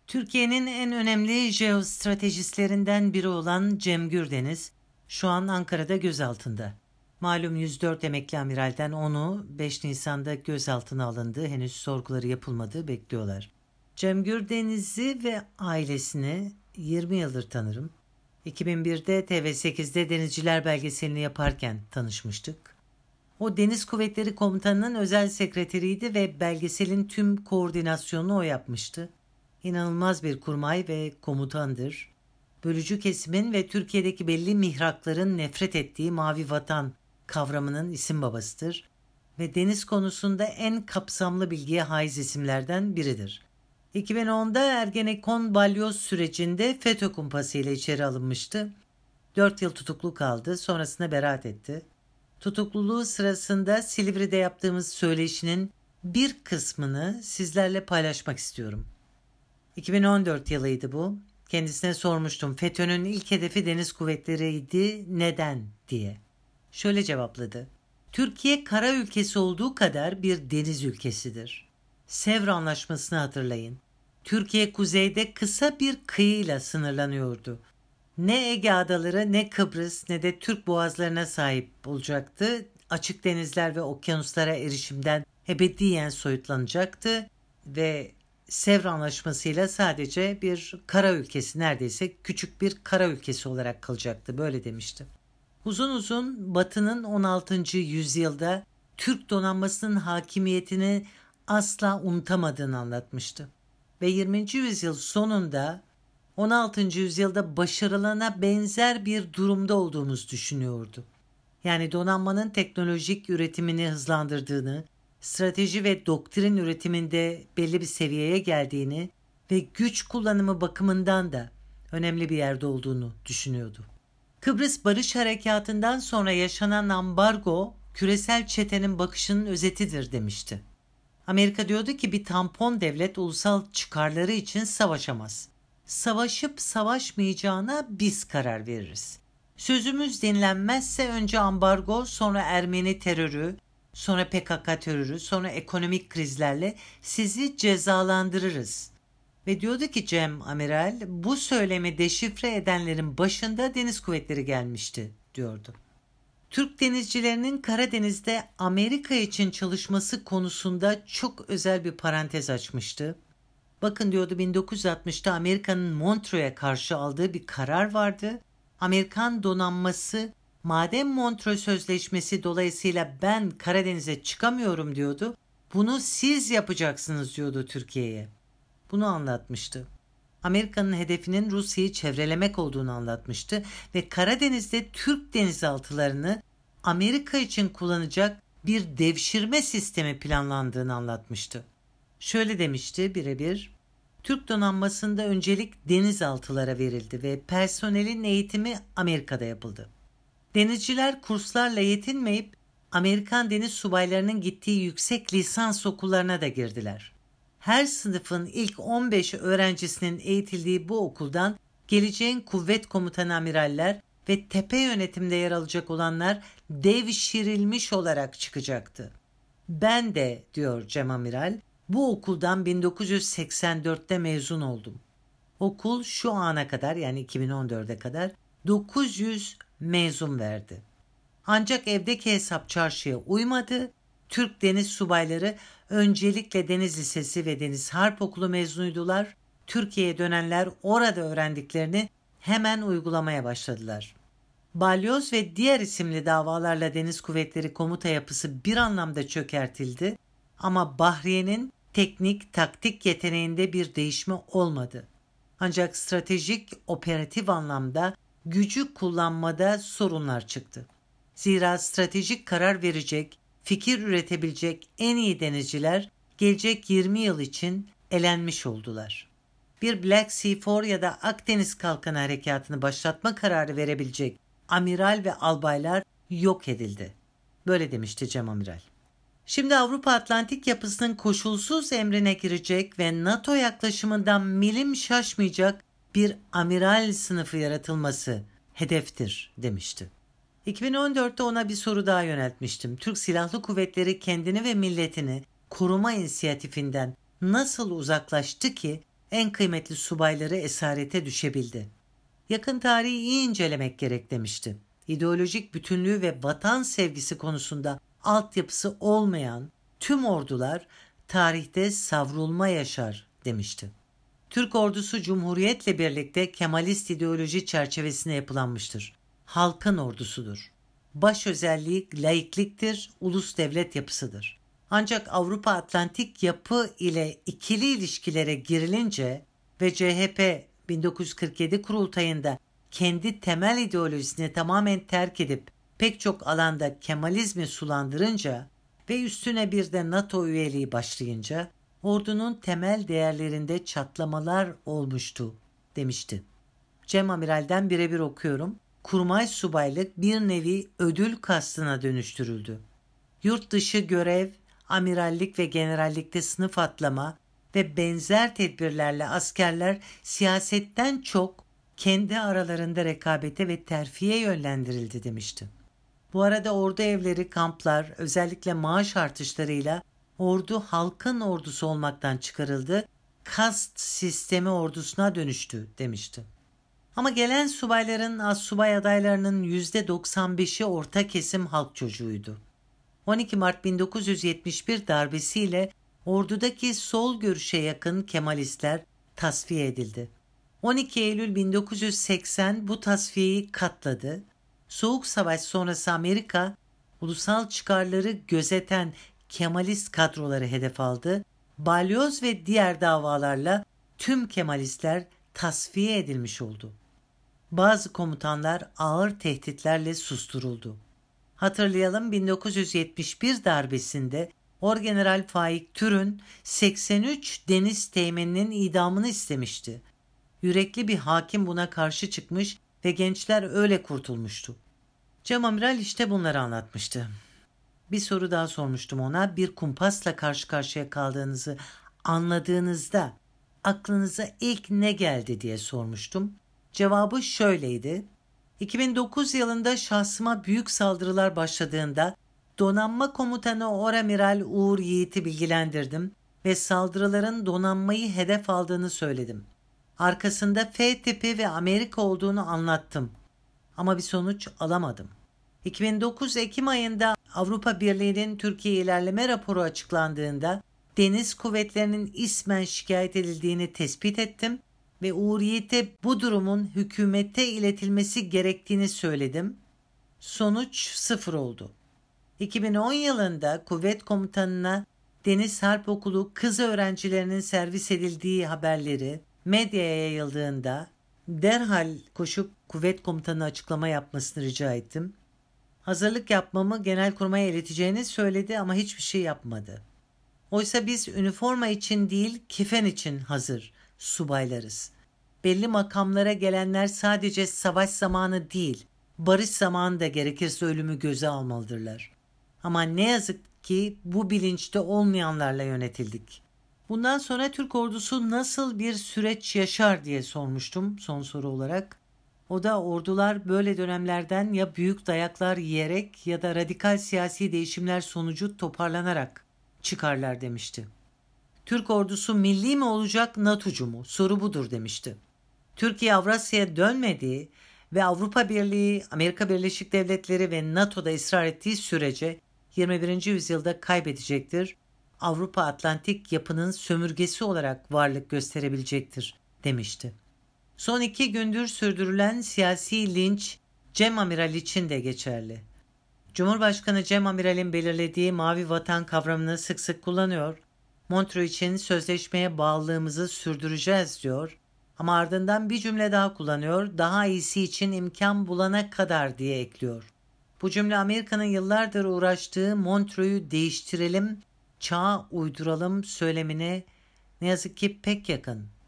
Türkiye'nin en önemli jeostratejistlerinden biri olan Cem Gürdeniz şu an Ankara'da gözaltında. Malum 104 emekli amiralden onu 5 Nisan'da gözaltına alındı. Henüz sorguları yapılmadı, bekliyorlar. Cem Gürdeniz'i ve ailesini 20 yıldır tanırım. 2001'de TV8'de Denizciler belgeselini yaparken tanışmıştık. O Deniz Kuvvetleri Komutanı'nın özel sekreteriydi ve belgeselin tüm koordinasyonunu o yapmıştı. İnanılmaz bir kurmay ve komutandır. Bölücü kesimin ve Türkiye'deki belli mihrakların nefret ettiği mavi vatan kavramının isim babasıdır ve deniz konusunda en kapsamlı bilgiye haiz isimlerden biridir. 2010'da Ergenekon balyoz sürecinde FETÖ kumpası ile içeri alınmıştı. 4 yıl tutuklu kaldı, sonrasında beraat etti. Tutukluluğu sırasında Silivri'de yaptığımız söyleşinin bir kısmını sizlerle paylaşmak istiyorum. 2014 yılıydı bu. Kendisine sormuştum, FETÖ'nün ilk hedefi deniz kuvvetleriydi, neden diye. Şöyle cevapladı. Türkiye kara ülkesi olduğu kadar bir deniz ülkesidir. Sevr Anlaşması'nı hatırlayın. Türkiye kuzeyde kısa bir kıyıyla sınırlanıyordu. Ne Ege Adaları, ne Kıbrıs, ne de Türk boğazlarına sahip olacaktı. Açık denizler ve okyanuslara erişimden ebediyen soyutlanacaktı ve Sevr Anlaşması'yla sadece bir kara ülkesi, neredeyse küçük bir kara ülkesi olarak kalacaktı. Böyle demişti. Uzun uzun Batı'nın 16. yüzyılda Türk donanmasının hakimiyetini asla unutamadığını anlatmıştı. Ve 20. yüzyıl sonunda 16. yüzyılda başarılana benzer bir durumda olduğumuzu düşünüyordu. Yani donanmanın teknolojik üretimini hızlandırdığını, strateji ve doktrin üretiminde belli bir seviyeye geldiğini ve güç kullanımı bakımından da önemli bir yerde olduğunu düşünüyordu. Kıbrıs Barış Harekatı'ndan sonra yaşanan ambargo, küresel çetenin bakışının özetidir demişti. Amerika diyordu ki bir tampon devlet ulusal çıkarları için savaşamaz. Savaşıp savaşmayacağına biz karar veririz. Sözümüz dinlenmezse önce ambargo, sonra Ermeni terörü, sonra PKK terörü, sonra ekonomik krizlerle sizi cezalandırırız. Ve diyordu ki Cem Amiral, bu söylemi deşifre edenlerin başında deniz kuvvetleri gelmişti diyordu. Türk denizcilerinin Karadeniz'de Amerika için çalışması konusunda çok özel bir parantez açmıştı. Bakın diyordu, 1960'ta Amerika'nın Montreux'e karşı aldığı bir karar vardı. Amerikan donanması madem Montreux Sözleşmesi dolayısıyla ben Karadeniz'e çıkamıyorum diyordu. Bunu siz yapacaksınız diyordu Türkiye'ye. Bunu anlatmıştı. Amerika'nın hedefinin Rusya'yı çevrelemek olduğunu anlatmıştı ve Karadeniz'de Türk denizaltılarını Amerika için kullanacak bir devşirme sistemi planlandığını anlatmıştı. Şöyle demişti birebir, Türk donanmasında öncelik denizaltılara verildi ve personelin eğitimi Amerika'da yapıldı. Denizciler kurslarla yetinmeyip Amerikan deniz subaylarının gittiği yüksek lisans okullarına da girdiler. Her sınıfın ilk 15 öğrencisinin eğitildiği bu okuldan geleceğin kuvvet komutanı amiraller ve tepe yönetimde yer alacak olanlar devşirilmiş olarak çıkacaktı. Ben de, diyor Cem Amiral, bu okuldan 1984'te mezun oldum. Okul şu ana kadar, yani 2014'e kadar 900 mezun verdi. Ancak evdeki hesap çarşıya uymadı. Türk deniz subayları öncelikle Deniz Lisesi ve Deniz Harp Okulu mezunuydular. Türkiye'ye dönenler orada öğrendiklerini hemen uygulamaya başladılar. Balyoz ve diğer isimli davalarla Deniz Kuvvetleri komuta yapısı bir anlamda çökertildi ama Bahriye'nin teknik, taktik yeteneğinde bir değişme olmadı. Ancak stratejik, operatif anlamda gücü kullanmada sorunlar çıktı. Zira stratejik karar verecek, fikir üretebilecek en iyi denizciler gelecek 20 yıl için elenmiş oldular. Bir Black Sea 4 ya da Akdeniz Kalkanı Harekatı'nı başlatma kararı verebilecek amiral ve albaylar yok edildi. Böyle demişti Cem Amiral. Şimdi Avrupa Atlantik yapısının koşulsuz emrine girecek ve NATO yaklaşımından milim şaşmayacak bir amiral sınıfı yaratılması hedeftir demişti. 2014'te ona bir soru daha yöneltmiştim. Türk Silahlı Kuvvetleri kendini ve milletini koruma inisiyatifinden nasıl uzaklaştı ki en kıymetli subayları esarete düşebildi. Yakın tarihi iyi incelemek gerek demişti. İdeolojik bütünlüğü ve vatan sevgisi konusunda altyapısı olmayan tüm ordular tarihte savrulma yaşar demişti. Türk ordusu Cumhuriyet'le birlikte Kemalist ideoloji çerçevesine yapılanmıştır. Halkın ordusudur. Baş özelliği laikliktir, ulus devlet yapısıdır. Ancak Avrupa Atlantik yapı ile ikili ilişkilere girilince ve CHP 1947 kurultayında kendi temel ideolojisini tamamen terk edip pek çok alanda Kemalizmi sulandırınca ve üstüne bir de NATO üyeliği başlayınca ordunun temel değerlerinde çatlamalar olmuştu demişti. Cem Amiral'den birebir okuyorum. Kurmay subaylık bir nevi ödül kastına dönüştürüldü. Yurt dışı görev, amirallik ve generallikte sınıf atlama ve benzer tedbirlerle askerler siyasetten çok kendi aralarında rekabete ve terfiye yönlendirildi demişti. Bu arada ordu evleri, kamplar, özellikle maaş artışlarıyla ordu halkın ordusu olmaktan çıkarıldı, kast sistemi ordusuna dönüştü demişti. Ama gelen subayların, astsubay adaylarının %95'i orta kesim halk çocuğuydu. 12 Mart 1971 darbesiyle ordudaki sol görüşe yakın Kemalistler tasfiye edildi. 12 Eylül 1980 bu tasfiyeyi katladı. Soğuk Savaş sonrası Amerika, ulusal çıkarları gözeten Kemalist kadroları hedef aldı. Balyoz ve diğer davalarla tüm Kemalistler tasfiye edilmiş oldu. Bazı komutanlar ağır tehditlerle susturuldu. Hatırlayalım, 1971 darbesinde Orgeneral Faik Türün 83 deniz teğmeninin idamını istemişti. Yürekli bir hakim buna karşı çıkmış ve gençler öyle kurtulmuştu. Cem Amiral işte bunları anlatmıştı. Bir soru daha sormuştum ona. Bir kumpasla karşı karşıya kaldığınızı anladığınızda aklınıza ilk ne geldi diye sormuştum. Cevabı şöyleydi. 2009 yılında şahsıma büyük saldırılar başladığında donanma komutanı Oramiral Uğur Yiğit'i bilgilendirdim ve saldırıların donanmayı hedef aldığını söyledim. Arkasında F tipi ve Amerika olduğunu anlattım. Ama bir sonuç alamadım. 2009 Ekim ayında Avrupa Birliği'nin Türkiye ilerleme raporu açıklandığında deniz kuvvetlerinin ismen şikayet edildiğini tespit ettim ve Uğur Yiğit'e bu durumun hükümete iletilmesi gerektiğini söyledim. Sonuç 0 oldu. 2010 yılında kuvvet komutanına Deniz Harp Okulu kız öğrencilerinin servis edildiği haberleri medyaya yayıldığında derhal koşup kuvvet komutanı açıklama yapmasını rica ettim. Hazırlık yapmamı Genelkurmay'a ileteceğini söyledi ama hiçbir şey yapmadı. Oysa biz üniforma için değil, kefen için hazır subaylarız. Belli makamlara gelenler sadece savaş zamanı değil, barış zamanı da gerekirse ölümü göze almalıdırlar. Ama ne yazık ki bu bilinçte olmayanlarla yönetildik. Bundan sonra Türk ordusu nasıl bir süreç yaşar diye sormuştum son soru olarak. O da ordular böyle dönemlerden ya büyük dayaklar yiyerek ya da radikal siyasi değişimler sonucu toparlanarak çıkarlar demişti. Türk ordusu milli mi olacak, NATO'cu mu? Soru budur demişti. Türkiye Avrasya'ya dönmediği ve Avrupa Birliği, Amerika Birleşik Devletleri ve NATO'da ısrar ettiği sürece 21. yüzyılda kaybedecektir. Avrupa Atlantik yapının sömürgesi olarak varlık gösterebilecektir demişti. Son 2 gündür sürdürülen siyasi linç Cem Amiral için de geçerli. Cumhurbaşkanı Cem Amiral'in belirlediği mavi vatan kavramını sık sık kullanıyor. Montreux için sözleşmeye bağlılığımızı sürdüreceğiz diyor. Ama ardından bir cümle daha kullanıyor. Daha iyisi için imkan bulana kadar diye ekliyor. Bu cümle Amerika'nın yıllardır uğraştığı Montreux'u değiştirelim, çağa uyduralım söylemine ne yazık ki pek yakın.